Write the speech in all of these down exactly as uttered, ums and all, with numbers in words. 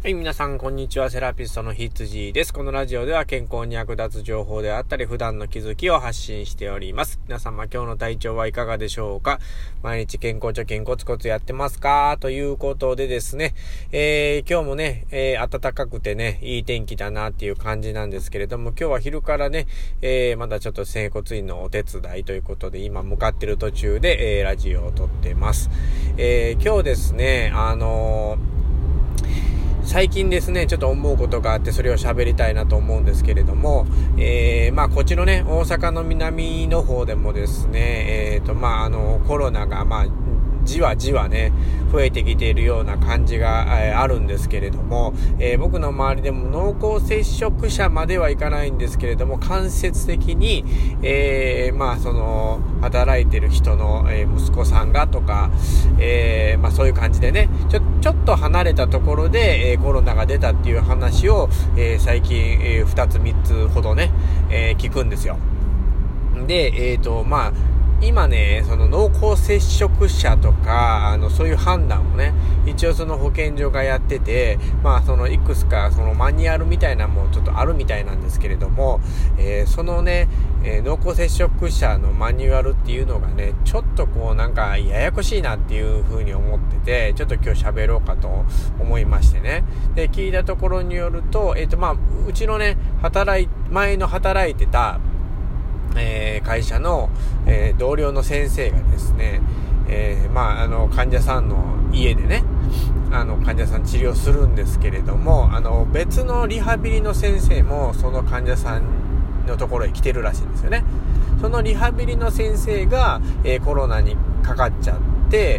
はい、皆さんこんにちは。セラピストのひつじです。このラジオでは健康に役立つ情報であったり普段の気づきを発信しております。皆様今日の体調はいかがでしょうか？毎日健康貯金コツコツやってますか？ということでですね、えー、今日もね、えー、暖かくてね、いい天気だなっていう感じなんですけれども、今日は昼からね、えー、まだちょっと整骨院のお手伝いということで今向かってる途中で、えー、ラジオを撮ってます。えー、今日ですね、あのー最近ですね、ちょっと思うことがあってそれを喋りたいなと思うんですけれども、えー、まあこっちのね、大阪の南の方でもですね、えーとまああのコロナがまあじわじわね増えてきているような感じが、えー、あるんですけれども、えー、僕の周りでも濃厚接触者まではいかないんですけれども、間接的に、えー、まあその働いてる人の、えー、息子さんがとか、えー、まあそういう感じでね、ちょちょっと離れたところで、えー、コロナが出たっていう話を、えー、最近、えー、ふたつみっつほどね、えー、聞くんですよ。で、えーとまあ今ね、その濃厚接触者とか、あの、そういう判断をね、一応その保健所がやってて、まあそのいくつかそのマニュアルみたいなのもちょっとあるみたいなんですけれども、えー、そのね、えー、濃厚接触者のマニュアルっていうのがね、ちょっとこうなんかややこしいなっていう風に思ってて、ちょっと今日喋ろうかと思いましてね。で、聞いたところによると、えっとまあ、うちのね、働い、前の働いてた、えー、会社の、えー、同僚の先生がですね、えー、まああの患者さんの家でね、あの患者さん治療するんですけれども、あの別のリハビリの先生もその患者さんのところへ来てるらしいんですよね。そのリハビリの先生が、えー、コロナにかかっちゃって、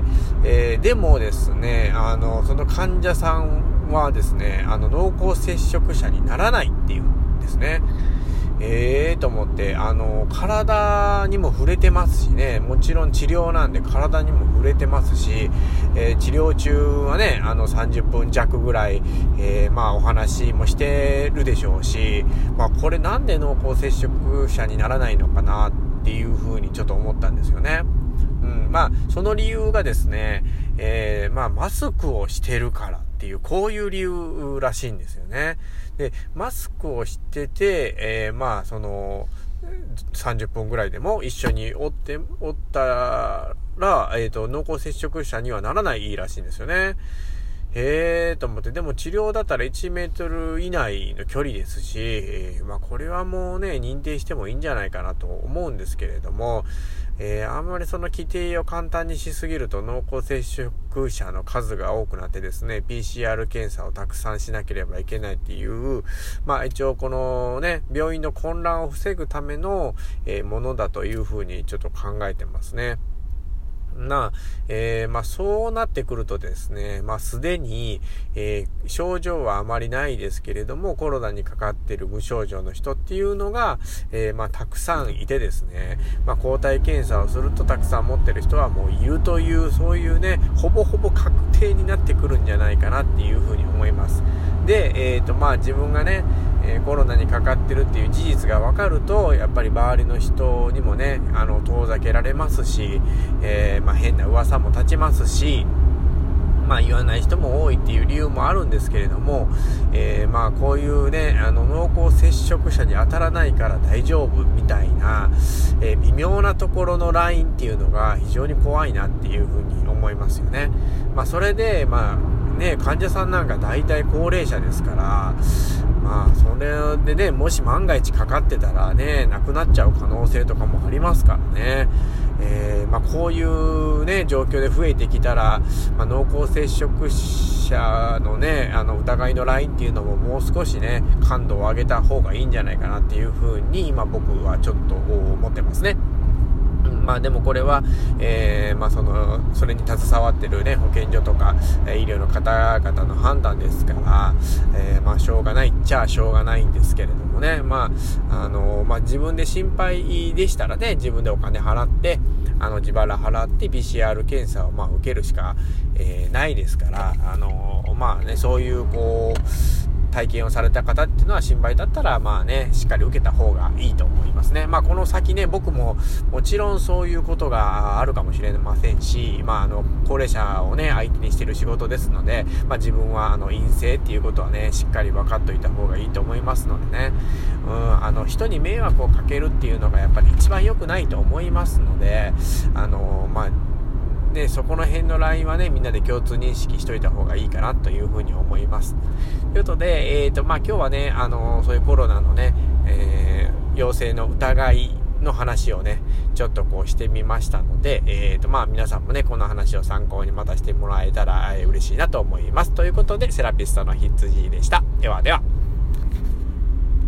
えー、でもですね、あのその患者さんはですね、あの濃厚接触者にならないっていうんですね。ええーと思って、あの体にも触れてますしね、もちろん治療なんで体にも触れてますし、えー、治療中はね、あのさんじゅっぷん弱ぐらい、えー、まあお話もしてるでしょうし、まあこれなんで濃厚接触者にならないのかなっていうふうにちょっと思ったんですよね。うん、まあその理由がですね、えー、まあマスクをしてるからっていう、こういう理由らしいんですよね。で、マスクをしてて、えー、まあそのさんじゅっぷんぐらいでも一緒におっておったら、えっと濃厚接触者にはならないらしいんですよね。へーと思って、でも治療だったらいちメートル以内の距離ですし、えー、まあこれはもうね認定してもいいんじゃないかなと思うんですけれども、えー、あんまりその規定を簡単にしすぎると濃厚接触者の数が多くなってですね、 ピーシーアール 検査をたくさんしなければいけないっていう、まあ一応このね病院の混乱を防ぐための、えー、ものだというふうにちょっと考えてますね。な、えー、まあそうなってくるとですね、まあすでに、えー、症状はあまりないですけれどもコロナにかかっている無症状の人っていうのが、えー、まあたくさんいてですね、まあ抗体検査をするとたくさん持ってる人はもういるという、そういうねほぼほぼ確定になってくるんじゃないかなっていうふうに思います。で、えーとまあ自分がねえー、コロナにかかってるっていう事実が分かると、やっぱり周りの人にもねあの遠ざけられますし、えーまあ、変な噂も立ちますし、まあ言わない人も多いっていう理由もあるんですけれども、えー、まあこういうねあの濃厚接触者に当たらないから大丈夫みたいな、えー、微妙なところのラインっていうのが非常に怖いなっていうふうに思いますよね。まあそれでまあね患者さんなんか大体高齢者ですから、まあそれでねもし万が一かかってたらね亡くなっちゃう可能性とかもありますからね。えー、まあこういうね状況で増えてきたら、まあ、濃厚接触者のねあの疑いのラインっていうのももう少しね感度を上げた方がいいんじゃないかなっていうふうに今僕はちょっと思ってますね。まあでもこれは、えー、まあそのそれに携わってるね保健所とか、えー、医療の方々の判断ですから、えー、まあしょうがないっちゃしょうがないんですけれどもね、まああのまあ自分で心配でしたらね自分でお金払ってあの自腹払って ピーシーアール 検査をまあ受けるしか、えー、ないですから、あのまあねそういうこう体験をされた方っていうのは心配だったらまあねしっかり受けた方がいいと思いますね。まあこの先ね僕ももちろんそういうことがあるかもしれませんし、まああの高齢者をね相手にしている仕事ですので、まあ自分はあの陰性っていうことはねしっかり分かっといた方がいいと思いますのでね、うんあの人に迷惑をかけるっていうのがやっぱり一番良くないと思いますので、あのまあでそこの辺のラインはねみんなで共通認識しといた方がいいかなというふうに思います。ということで、えーとまあ、今日はねあのそういうコロナのね、えー、陽性の疑いの話をねちょっとこうしてみましたので、えーとまあ、皆さんもねこの話を参考にまたしてもらえたら、えー、嬉しいなと思います。ということでセラピストのひつじでした。ではでは。